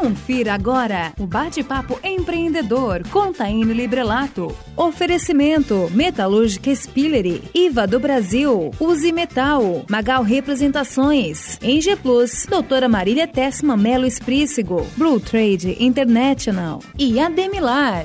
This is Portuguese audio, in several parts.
Confira agora o Bate-Papo Empreendedor com Taine Librelato. Oferecimento Metalúrgica Spillery, IVA do Brasil, Uzi Metal, Magal Representações, Eng Plus, Doutora Marília Tessma Melo Esprícigo, Blue Trade International e Ademilar.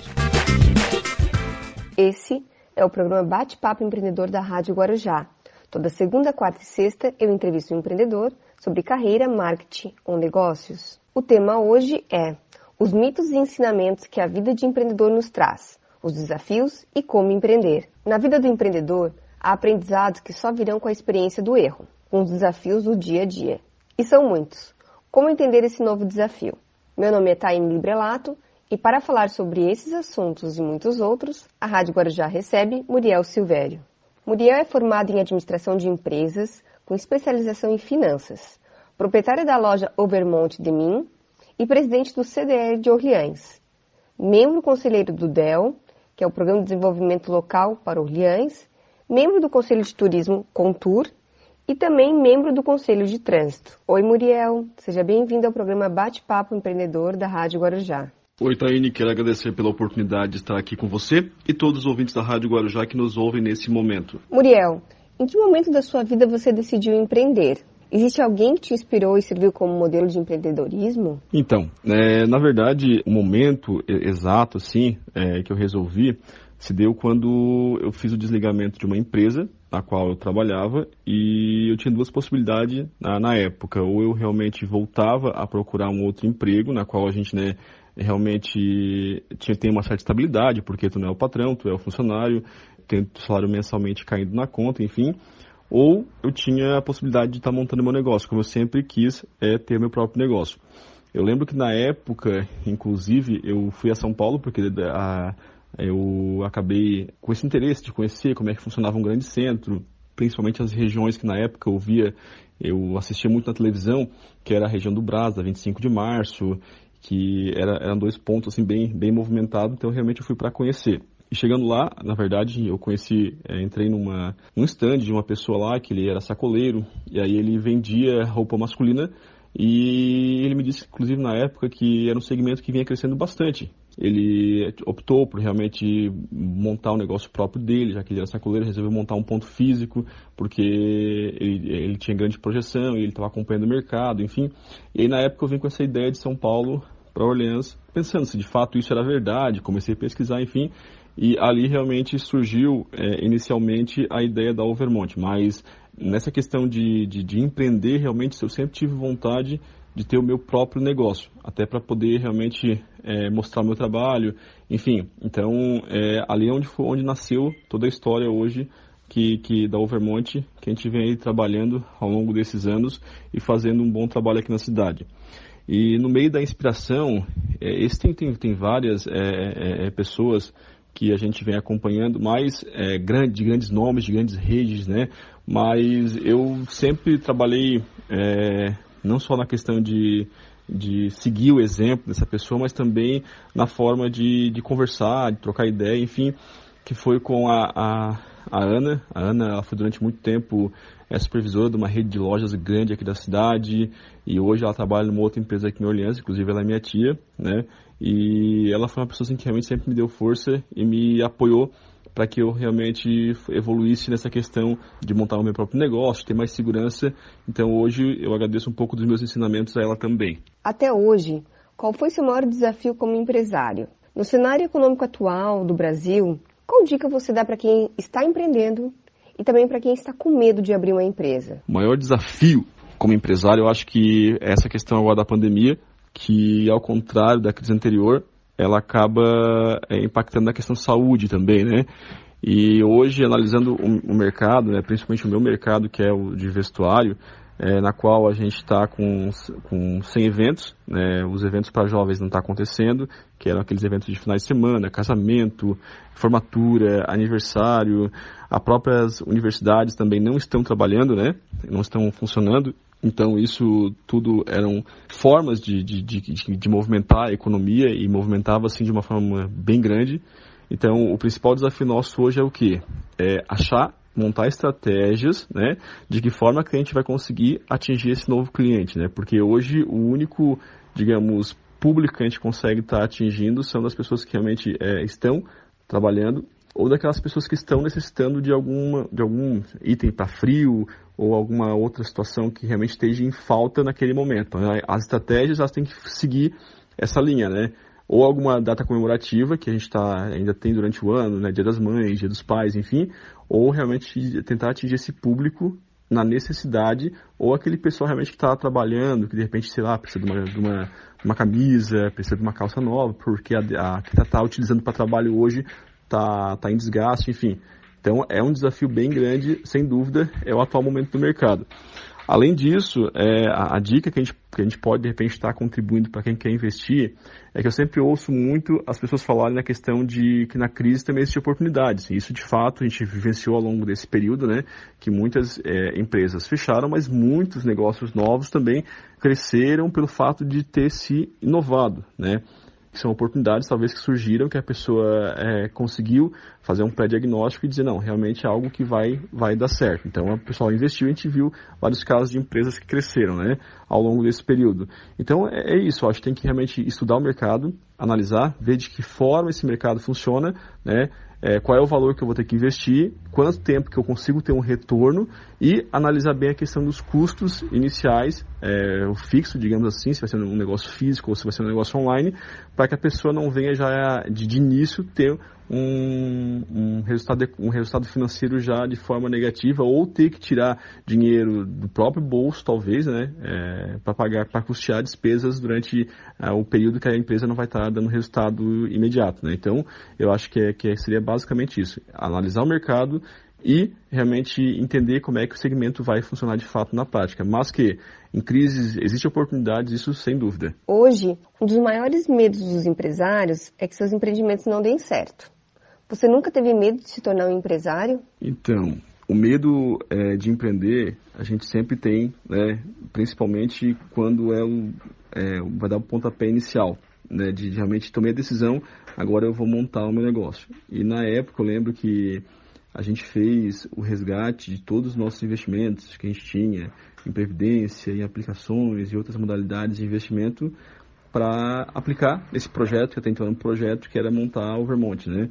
Esse é o programa Bate-Papo Empreendedor da Rádio Guarujá. Toda segunda, quarta e sexta eu entrevisto um empreendedor sobre carreira, marketing ou negócios. O tema hoje é os mitos e ensinamentos que a vida de empreendedor nos traz, os desafios e como empreender. Na vida do empreendedor, há aprendizados que só virão com a experiência do erro, com os desafios do dia a dia. E são muitos. Como entender esse novo desafio? Meu nome é Taine Librelato e para falar sobre esses assuntos e muitos outros, a Rádio Guarujá recebe Muriel Silvério. Muriel é formada em administração de empresas com especialização em finanças, proprietária da loja Overmont de Min e presidente do CDL de Orleans, membro conselheiro do DEL, que é o Programa de Desenvolvimento Local para Orleans, membro do Conselho de Turismo Contour e também membro do Conselho de Trânsito. Oi, Muriel, seja bem-vinda ao programa Bate-Papo Empreendedor da Rádio Guarujá. Oi, Taine, quero agradecer pela oportunidade de estar aqui com você e todos os ouvintes da Rádio Guarujá que nos ouvem nesse momento. Muriel, em que momento da sua vida você decidiu empreender? Existe alguém que te inspirou e serviu como modelo de empreendedorismo? Então, na verdade, o momento exato, assim, que eu resolvi, se deu quando eu fiz o desligamento de uma empresa na qual eu trabalhava e eu tinha duas possibilidades na época. Ou eu realmente voltava a procurar um outro emprego, na qual a gente, realmente tem uma certa estabilidade, porque tu não é o patrão, tu é o funcionário, tem o salário mensalmente caindo na conta, enfim. Ou eu tinha a possibilidade de estar montando meu negócio, como eu sempre quis ter meu próprio negócio. Eu lembro que na época, inclusive, eu fui a São Paulo porque eu acabei com esse interesse de conhecer como é que funcionava um grande centro, principalmente as regiões que na época eu assistia muito na televisão, que era a região do Brás, da 25 de março, que eram dois pontos assim, bem movimentados, então realmente eu fui para conhecer. E chegando lá, na verdade, eu entrei num stand de uma pessoa lá, que ele era sacoleiro, e aí ele vendia roupa masculina, e ele me disse, inclusive na época, que era um segmento que vinha crescendo bastante. Ele optou por realmente montar um negócio próprio dele, já que ele era sacoleiro, resolveu montar um ponto físico, porque ele tinha grande projeção, ele estava acompanhando o mercado, enfim. E aí na época eu vim com essa ideia de São Paulo para Orleans, pensando se de fato isso era verdade, comecei a pesquisar, enfim. E ali realmente surgiu inicialmente a ideia da Overmont, mas nessa questão de empreender, realmente eu sempre tive vontade de ter o meu próprio negócio, até para poder realmente mostrar o meu trabalho, enfim. Então, ali onde nasceu toda a história hoje que da Overmont, que a gente vem aí trabalhando ao longo desses anos e fazendo um bom trabalho aqui na cidade. E no meio da inspiração, tem várias pessoas que a gente vem acompanhando, mais de grandes nomes, de grandes redes, né? Mas eu sempre trabalhei não só na questão de seguir o exemplo dessa pessoa, mas também na forma de conversar, de trocar ideia, enfim, que foi com a Ana. A Ana, ela foi durante muito tempo supervisora de uma rede de lojas grande aqui da cidade, e hoje ela trabalha numa outra empresa aqui em Orleans, inclusive ela é minha tia, né? E ela foi uma pessoa assim, que realmente sempre me deu força e me apoiou para que eu realmente evoluísse nessa questão de montar o meu próprio negócio, ter mais segurança. Então hoje eu agradeço um pouco dos meus ensinamentos a ela também. Até hoje, qual foi seu maior desafio como empresário? No cenário econômico atual do Brasil, qual dica você dá para quem está empreendendo e também para quem está com medo de abrir uma empresa? O maior desafio como empresário, eu acho que é essa questão agora da pandemia, que ao contrário da crise anterior, ela acaba impactando na questão de saúde também, né? E hoje, analisando o mercado, né, principalmente o meu mercado, que é o de vestuário, na qual a gente está com 100 eventos, né? Os eventos para jovens não estão acontecendo, que eram aqueles eventos de finais de semana, casamento, formatura, aniversário. As próprias universidades também não estão trabalhando, né? Não estão funcionando. Então, isso tudo eram formas de movimentar a economia e movimentava, assim, de uma forma bem grande. Então, o principal desafio nosso hoje é o quê? É montar estratégias, né, de que forma que a gente vai conseguir atingir esse novo cliente, né? Porque hoje o único, digamos, público que a gente consegue estar atingindo são das pessoas que realmente estão trabalhando ou daquelas pessoas que estão necessitando de algum item para frio ou alguma outra situação que realmente esteja em falta naquele momento. As estratégias elas têm que seguir essa linha, né? Ou alguma data comemorativa que a gente ainda tem durante o ano, né? Dia das Mães, Dia dos Pais, enfim, ou realmente tentar atingir esse público na necessidade, ou aquele pessoal realmente que está trabalhando, que de repente, sei lá, precisa de uma camisa, precisa de uma calça nova, porque a que está utilizando para trabalho hoje está em desgaste, enfim. Então é um desafio bem grande, sem dúvida, é o atual momento do mercado. Além disso, a dica que a gente pode, de repente, estar contribuindo para quem quer investir é que eu sempre ouço muito as pessoas falarem na questão de que na crise também existem oportunidades. E isso, de fato, a gente vivenciou ao longo desse período, né, que muitas empresas fecharam, mas muitos negócios novos também cresceram pelo fato de ter se inovado, né? São oportunidades, talvez, que surgiram, que a pessoa conseguiu fazer um pré-diagnóstico e dizer, não, realmente é algo que vai dar certo. Então, o pessoal investiu e a gente viu vários casos de empresas que cresceram, né, ao longo desse período. Então, é isso, eu acho que tem que realmente estudar o mercado, analisar, ver de que forma esse mercado funciona, né, qual é o valor que eu vou ter que investir, quanto tempo que eu consigo ter um retorno e analisar bem a questão dos custos iniciais, o fixo, digamos assim, se vai ser um negócio físico ou se vai ser um negócio online, para que a pessoa não venha já de início ter um resultado financeiro já de forma negativa ou ter que tirar dinheiro do próprio bolso, talvez, né, para custear despesas durante o período que a empresa não vai estar dando resultado imediato, né? Então, eu acho que seria basicamente isso, analisar o mercado e realmente entender como é que o segmento vai funcionar de fato na prática. Mas que em crises existem oportunidades, isso sem dúvida. Hoje, um dos maiores medos dos empresários é que seus empreendimentos não deem certo. Você nunca teve medo de se tornar um empresário? Então, o medo de empreender a gente sempre tem, né? Principalmente quando vai dar o pontapé inicial, né? De realmente tomar a decisão, agora eu vou montar o meu negócio. E na época eu lembro que a gente fez o resgate de todos os nossos investimentos que a gente tinha em previdência, em aplicações e outras modalidades de investimento para aplicar esse projeto, que até então era um projeto que era montar o Vermont, né?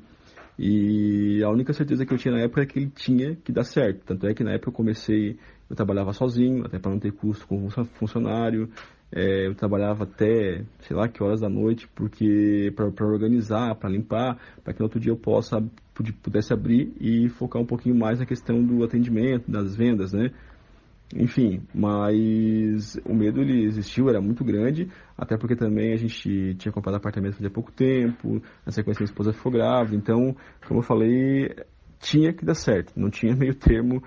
E a única certeza que eu tinha na época é que ele tinha que dar certo. Tanto é que na época eu trabalhava sozinho, até para não ter custo com funcionário. Eu trabalhava até, sei lá, que horas da noite, porque para organizar, para limpar, para que no outro dia eu pudesse abrir e focar um pouquinho mais na questão do atendimento, das vendas, né? Enfim, mas o medo ele existiu, era muito grande, até porque também a gente tinha comprado apartamento fazia pouco tempo, na sequência minha esposa ficou grávida, então, como eu falei, tinha que dar certo, não tinha meio termo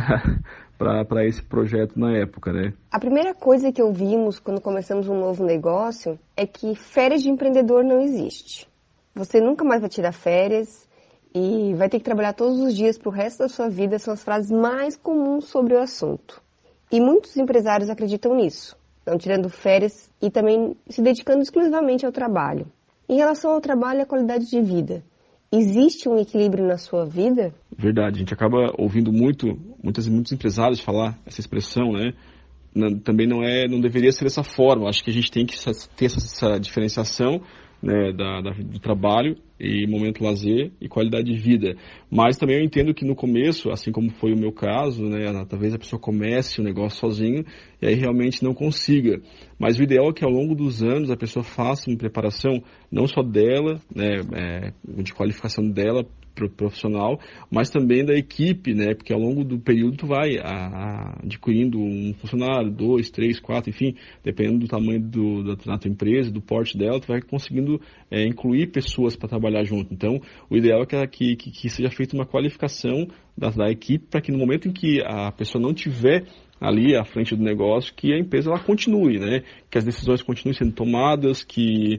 para esse projeto na época, né? A primeira coisa que ouvimos quando começamos um novo negócio é que férias de empreendedor não existe. Você nunca mais vai tirar férias e vai ter que trabalhar todos os dias para o resto da sua vida, são as frases mais comuns sobre o assunto. E muitos empresários acreditam nisso, não tirando férias e também se dedicando exclusivamente ao trabalho. Em relação ao trabalho e à qualidade de vida, existe um equilíbrio na sua vida? Verdade, a gente acaba ouvindo muitos empresários falar essa expressão, né? Também não deveria ser dessa forma. Acho que a gente tem que ter essa diferenciação, né, do trabalho e momento lazer e qualidade de vida. Mas também eu entendo que no começo, assim como foi o meu caso, né, talvez a pessoa comece o negócio sozinho e aí realmente não consiga. Mas o ideal é que ao longo dos anos a pessoa faça uma preparação não só dela, né, de qualificação dela profissional, mas também da equipe, né? Porque ao longo do período tu vai adquirindo um funcionário, 2, 3, 4, enfim, dependendo do tamanho da tua empresa, do porte dela, tu vai conseguindo incluir pessoas para trabalhar junto. Então, o ideal é que seja feita uma qualificação da equipe para que no momento em que a pessoa não tiver ali à frente do negócio, que a empresa ela continue, né? Que as decisões continuem sendo tomadas, que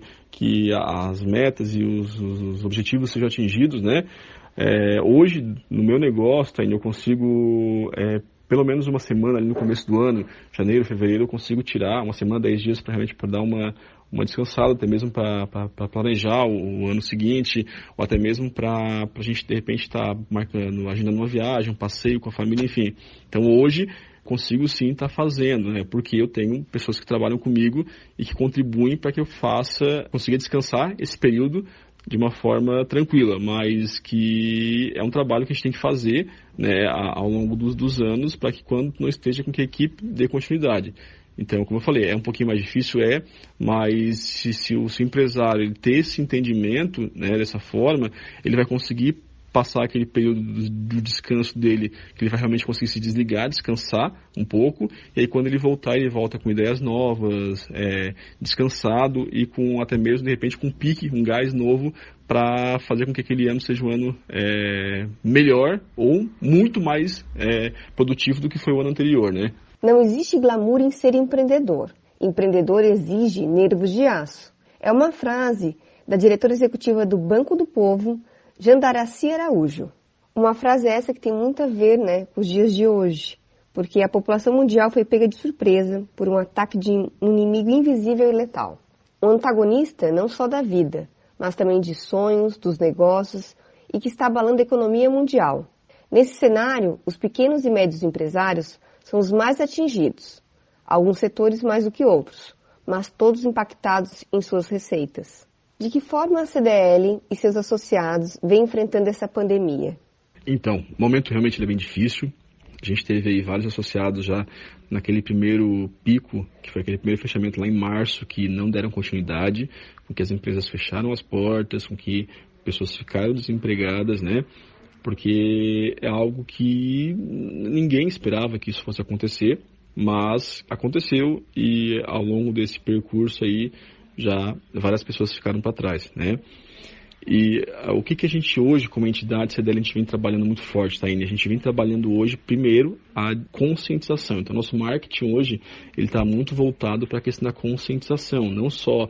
as metas e os objetivos sejam atingidos, né? Hoje, no meu negócio, eu consigo, pelo menos uma semana ali no começo do ano, janeiro, fevereiro, eu consigo tirar uma semana, 10 dias para realmente dar uma descansada, até mesmo para planejar o ano seguinte, ou até mesmo para a gente, de repente, estar agendando uma viagem, um passeio com a família, enfim. Então, hoje, consigo sim estar fazendo, né? Porque eu tenho pessoas que trabalham comigo e que contribuem para que eu consiga descansar esse período de uma forma tranquila, mas que é um trabalho que a gente tem que fazer, né, ao longo dos anos, para que quando não esteja com que a equipe dê continuidade. Então, como eu falei, é um pouquinho mais difícil, mas se o empresário ele ter esse entendimento, né, dessa forma, ele vai conseguir passar aquele período do descanso dele, que ele vai realmente conseguir se desligar, descansar um pouco, e aí quando ele voltar, ele volta com ideias novas, descansado e com até mesmo, de repente, com um pique, um gás novo para fazer com que aquele ano seja um ano melhor ou muito mais produtivo do que foi o ano anterior, né? Não existe glamour em ser empreendedor. Empreendedor exige nervos de aço. É uma frase da diretora executiva do Banco do Povo, Jandaracy Araújo. Uma frase essa que tem muito a ver, né, com os dias de hoje, porque a população mundial foi pega de surpresa por um ataque de um inimigo invisível e letal. Um antagonista não só da vida, mas também de sonhos, dos negócios e que está abalando a economia mundial. Nesse cenário, os pequenos e médios empresários são os mais atingidos, alguns setores mais do que outros, mas todos impactados em suas receitas. De que forma a CDL e seus associados vêm enfrentando essa pandemia? Então, o momento realmente é bem difícil. A gente teve aí vários associados já naquele primeiro pico, que foi aquele primeiro fechamento lá em março, que não deram continuidade, com que as empresas fecharam as portas, com que pessoas ficaram desempregadas, né? Porque é algo que ninguém esperava que isso fosse acontecer, mas aconteceu e ao longo desse percurso aí, já várias pessoas ficaram para trás, né? E o que a gente hoje, como entidade CDL, a gente vem trabalhando muito forte, Taine? A gente vem trabalhando hoje, primeiro, a conscientização. Então, nosso marketing hoje, ele está muito voltado para a questão da conscientização, não só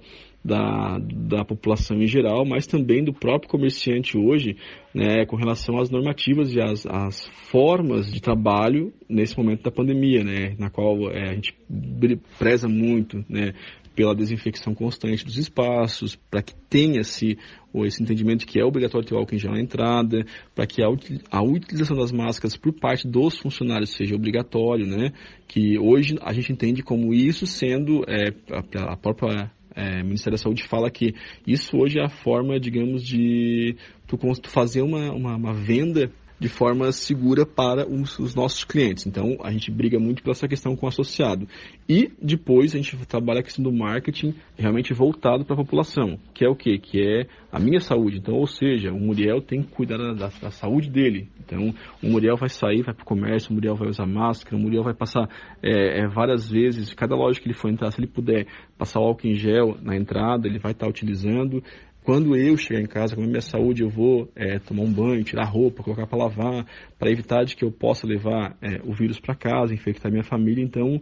da população em geral, mas também do próprio comerciante hoje, né, com relação às normativas e às formas de trabalho nesse momento da pandemia, né, na qual a gente preza muito, né, pela desinfecção constante dos espaços, para que tenha esse entendimento que é obrigatório ter o álcool em gel na entrada, para que a utilização das máscaras por parte dos funcionários seja obrigatório, né? Que hoje a gente entende como isso sendo, a própria Ministério da Saúde fala que isso hoje é a forma, digamos, de tu fazer uma venda de forma segura para os nossos clientes. Então, a gente briga muito por essa questão com o associado. E depois a gente trabalha a questão do marketing realmente voltado para a população, que é o quê? Que é a minha saúde. Então, ou seja, o Muriel tem que cuidar da saúde dele. Então, o Muriel vai sair, vai para o comércio, o Muriel vai usar máscara, o Muriel vai passar várias vezes, cada loja que ele for entrar, se ele puder passar o álcool em gel na entrada, ele vai estar utilizando. Quando eu chegar em casa com a minha saúde, eu vou tomar um banho, tirar a roupa, colocar para lavar, para evitar de que eu possa levar o vírus para casa, infectar minha família. Então,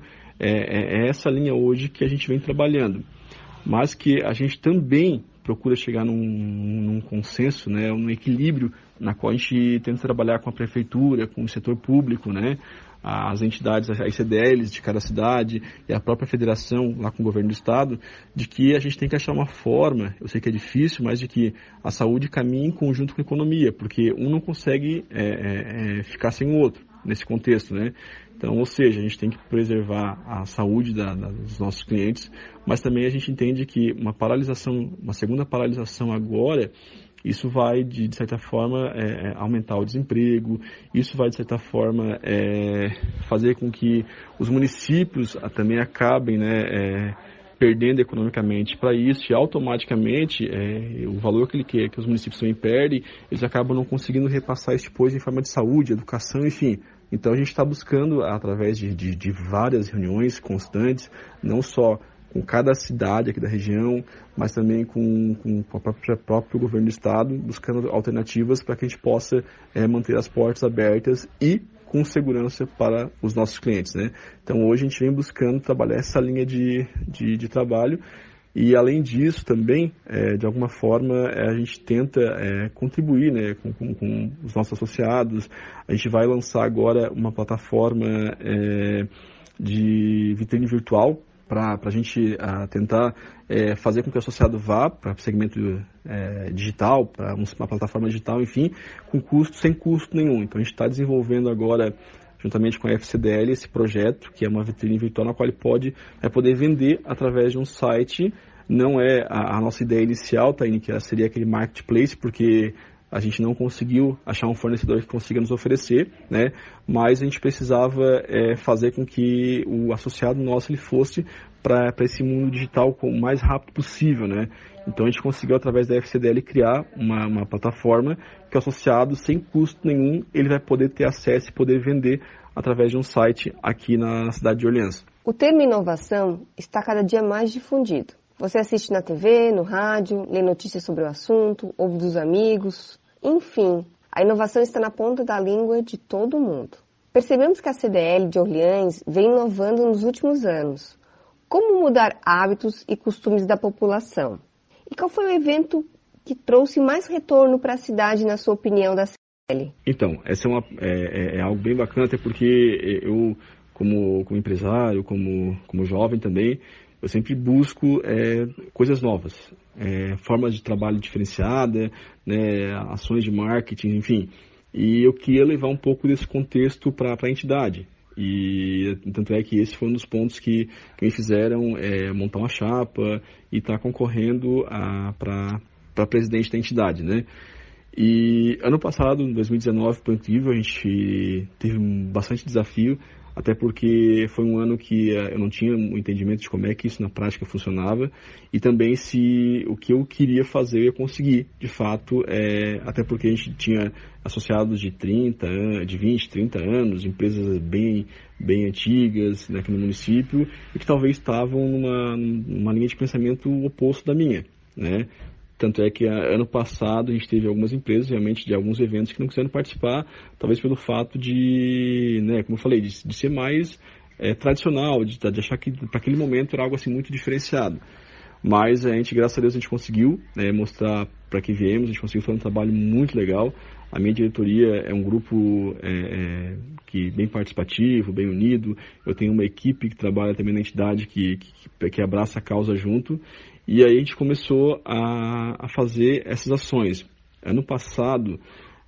é essa linha hoje que a gente vem trabalhando. Mas que a gente também procura chegar num consenso, né, um equilíbrio na qual a gente tenta trabalhar com a prefeitura, com o setor público, né, as entidades, as CDLs de cada cidade e a própria federação lá com o governo do estado, de que a gente tem que achar uma forma, eu sei que é difícil, mas de que a saúde caminhe em conjunto com a economia, porque um não consegue ficar sem o outro nesse contexto, né? Então, ou seja, a gente tem que preservar a saúde dos nossos clientes, mas também a gente entende que uma segunda paralisação agora, isso vai, de certa forma, aumentar o desemprego, isso vai, de certa forma, fazer com que os municípios também acabem, né, perdendo economicamente para isso, e automaticamente o valor que os municípios também perdem, eles acabam não conseguindo repassar isso depois em forma de saúde, educação, enfim. Então a gente está buscando, através de várias reuniões constantes, não só com cada cidade aqui da região, mas também com o próprio governo do estado, buscando alternativas para que a gente possa manter as portas abertas e com segurança para os nossos clientes, né? Então hoje a gente vem buscando trabalhar essa linha de trabalho e além disso também, de alguma forma, a gente tenta contribuir, né, com os nossos associados. A gente vai lançar agora uma plataforma de vitrine virtual para a gente tentar fazer com que o associado vá para o segmento digital, para uma plataforma digital, enfim, sem custo nenhum. Então a gente está desenvolvendo agora, juntamente com a FCDL, esse projeto, que é uma vitrine virtual na qual ele vai poder vender através de um site. Não é a nossa ideia inicial, Taine, que seria aquele marketplace, porque a gente não conseguiu achar um fornecedor que consiga nos oferecer, né? Mas a gente precisava fazer com que o associado nosso ele fosse para esse mundo digital o mais rápido possível, né? Então a gente conseguiu, através da FCDL, criar uma plataforma que o associado, sem custo nenhum, ele vai poder ter acesso e poder vender através de um site aqui na cidade de Orleans. O termo inovação está cada dia mais difundido. Você assiste na TV, no rádio, lê notícias sobre o assunto, ouve dos amigos. Enfim, a inovação está na ponta da língua de todo mundo. Percebemos que a CDL de Orleans vem inovando nos últimos anos. Como mudar hábitos e costumes da população? E qual foi o evento que trouxe mais retorno para a cidade, na sua opinião, da CDL? Então, essa é algo bem bacana, até porque eu, como empresário, como jovem também, eu sempre busco coisas novas, formas de trabalho diferenciada, né, ações de marketing, enfim. E eu queria levar um pouco desse contexto para a entidade. E tanto é que esse foi um dos pontos que me fizeram montar uma chapa e estar concorrendo para presidente da entidade, né? E ano passado, em 2019, foi incrível, a gente teve bastante desafio, até porque foi um ano que eu não tinha um entendimento de como é que isso na prática funcionava e também se o que eu queria fazer eu ia conseguir, de fato, até porque a gente tinha associados de 20, 30 anos, empresas bem antigas aqui no município e que talvez estavam numa linha de pensamento oposto da minha, né? Tanto é que ano passado a gente teve algumas empresas, realmente, de alguns eventos que não quiseram participar, talvez pelo fato de, né, como eu falei, de ser mais tradicional, de achar que para aquele momento era algo assim muito diferenciado. Mas a gente, graças a Deus, a gente conseguiu mostrar para que viemos, a gente conseguiu fazer um trabalho muito legal. A minha diretoria é um grupo que bem participativo, bem unido. Eu tenho uma equipe que trabalha também na entidade que abraça a causa junto. E aí a gente começou a fazer essas ações. Ano passado,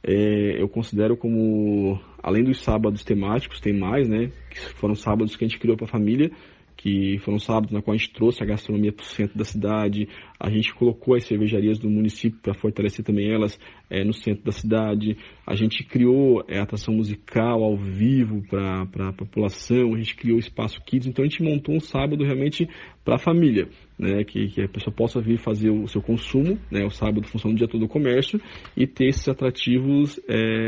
eu considero como, além dos sábados temáticos, tem mais, né? Que foram sábados que a gente criou para a família, que foram sábados na qual a gente trouxe a gastronomia para o centro da cidade, a gente colocou as cervejarias do município para fortalecer também elas no centro da cidade, a gente criou atração musical ao vivo para a população, a gente criou o espaço Kids, então a gente montou um sábado realmente para a família, né, que a pessoa possa vir fazer o seu consumo, né, o sábado funciona o dia todo do comércio, e ter esses atrativos,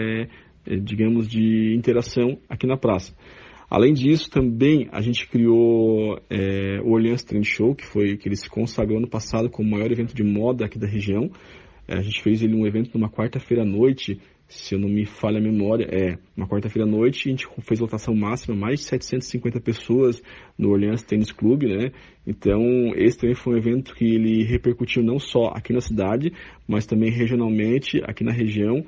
digamos, de interação aqui na praça. Além disso, também a gente criou o Orleans Trend Show, que ele se consagrou ano passado como o maior evento de moda aqui da região. A gente fez ele um evento numa quarta-feira à noite, se eu não me falha a memória, uma quarta-feira à noite, a gente fez lotação máxima, mais de 750 pessoas no Orleans Tennis Club, né? Então, esse também foi um evento que ele repercutiu não só aqui na cidade, mas também regionalmente, aqui na região.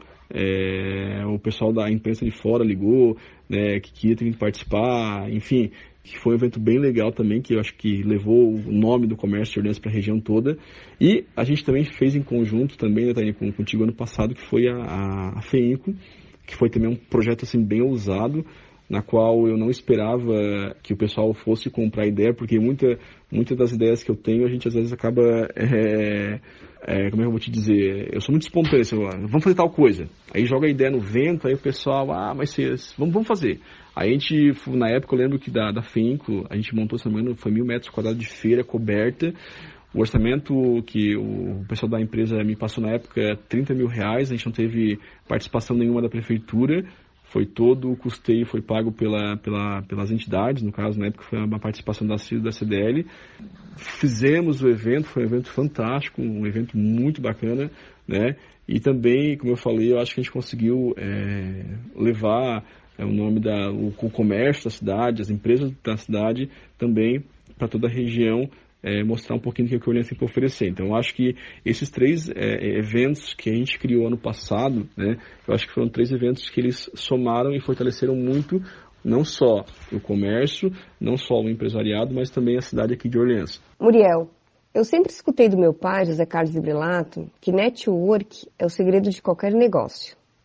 O pessoal da imprensa de fora ligou, né, que queria ter que participar, enfim, que foi um evento bem legal também, que eu acho que levou o nome do comércio de Orleans para a região toda. E a gente também fez em conjunto também, né, Taine, contigo ano passado, que foi a FEINCO, que foi também um projeto assim bem ousado, na qual eu não esperava que o pessoal fosse comprar a ideia, porque muitas das ideias que eu tenho, a gente às vezes acaba, como é que eu vou te dizer, eu sou muito espontâneo, assim, vamos fazer tal coisa, aí joga a ideia no vento, aí o pessoal, mas vamos fazer. Aí a gente, na época eu lembro que da FEINCO, a gente montou, se não me engano, foi 1.000 metros quadrados de feira coberta. O orçamento que o pessoal da empresa me passou na época é R$30 mil, a gente não teve participação nenhuma da prefeitura, foi todo o custeio, foi pago pelas entidades, no caso, na época foi uma participação da CID e da CDL. Fizemos o evento, foi um evento fantástico, um evento muito bacana, né? E também, como eu falei, eu acho que a gente conseguiu levar o nome o comércio da cidade, as empresas da cidade também para toda a região, mostrar um pouquinho do que o Orleans tem para oferecer. Então, eu acho que esses 3 eventos que a gente criou ano passado, né, eu acho que foram 3 eventos que eles somaram e fortaleceram muito, não só o comércio, não só o empresariado, mas também a cidade aqui de Orleans. Muriel, eu sempre escutei do meu pai, José Carlos Librelato, que network é o segredo de qualquer negócio.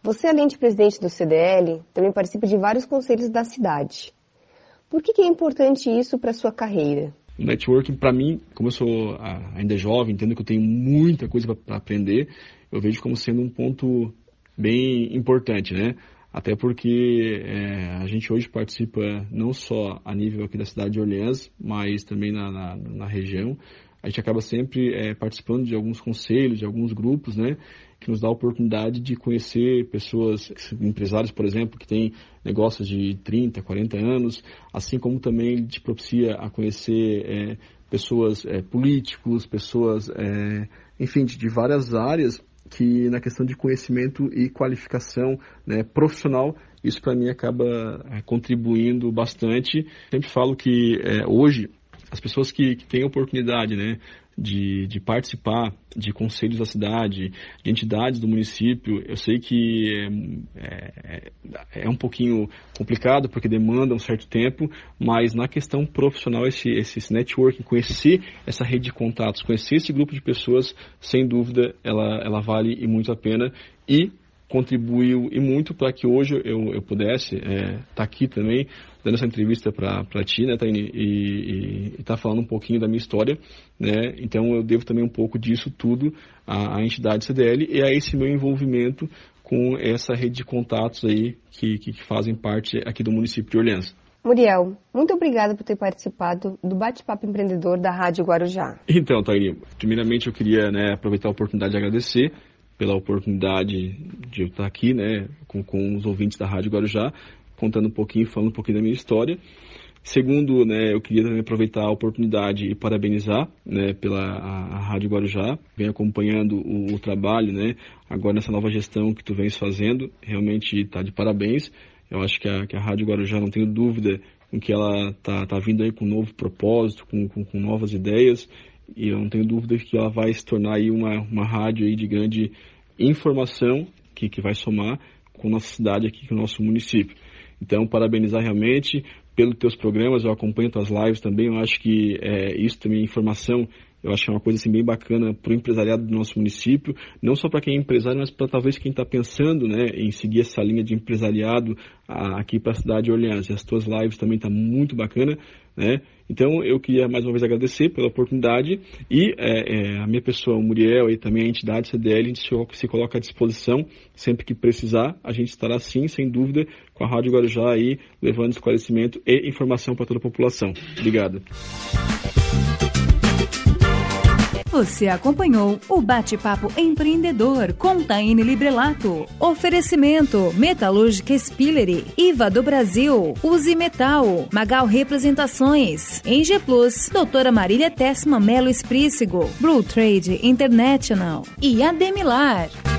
Você, além de presidente do CDL, também participa de vários conselhos da cidade. Por que é importante isso para a sua carreira? O networking, para mim, como eu sou ainda jovem, entendo que eu tenho muita coisa para aprender, eu vejo como sendo um ponto bem importante, né? Até porque a gente hoje participa não só a nível aqui da cidade de Orleans, mas também na região. A gente acaba sempre participando de alguns conselhos, de alguns grupos, né? Que nos dá a oportunidade de conhecer pessoas, empresários, por exemplo, que têm negócios de 30, 40 anos, assim como também te propicia a conhecer pessoas políticos, pessoas, enfim, de várias áreas, que na questão de conhecimento e qualificação, né, profissional, isso para mim acaba contribuindo bastante. Sempre falo que hoje as pessoas que têm a oportunidade, né, de participar de conselhos da cidade, de entidades do município, eu sei que é um pouquinho complicado porque demanda um certo tempo, mas na questão profissional esse networking, conhecer essa rede de contatos, conhecer esse grupo de pessoas, sem dúvida ela vale e muito a pena e contribuiu e muito para que hoje eu pudesse estar aqui também dando essa entrevista para ti, né, Taine, e estar falando um pouquinho da minha história, né? Então eu devo também um pouco disso tudo à entidade CDL e a esse meu envolvimento com essa rede de contatos aí que fazem parte aqui do município de Orleans. Muriel, muito obrigada por ter participado do Bate-Papo Empreendedor da Rádio Guarujá. Então, Taine, primeiramente eu queria aproveitar a oportunidade de agradecer pela oportunidade de eu estar aqui, né, com os ouvintes da Rádio Guarujá, contando um pouquinho, falando um pouquinho da minha história. Segundo, né, eu queria também aproveitar a oportunidade e parabenizar, né, a Rádio Guarujá, vem acompanhando o trabalho, né, agora nessa nova gestão que tu vens fazendo, realmente está de parabéns. Eu acho que a Rádio Guarujá, não tenho dúvida com que ela tá vindo aí com um novo propósito, com novas ideias, e eu não tenho dúvida que ela vai se tornar aí uma rádio aí de grande informação que vai somar com a nossa cidade aqui, com o nosso município. Então, parabenizar realmente pelos teus programas, eu acompanho tuas lives também, eu acho que isso também é informação, eu acho que é uma coisa assim, bem bacana para o empresariado do nosso município, não só para quem é empresário, mas para talvez quem está pensando, né, em seguir essa linha de empresariado aqui para a cidade de Orleans. E as tuas lives também estão muito bacana, né? Então eu queria mais uma vez agradecer pela oportunidade e a minha pessoa, o Muriel, e também a entidade CDL, a gente se coloca à disposição sempre que precisar. A gente estará sim, sem dúvida, com a Rádio Guarujá aí, levando esclarecimento e informação para toda a população. Obrigado. Você acompanhou o Bate-Papo Empreendedor com Taine Librelato. Oferecimento Metalúrgica Spillery, IVA do Brasil, Uzi Metal, Magal Representações, Eng Plus, Doutora Marília Tessma Melo Esprícigo, Blue Trade International e Ademilar.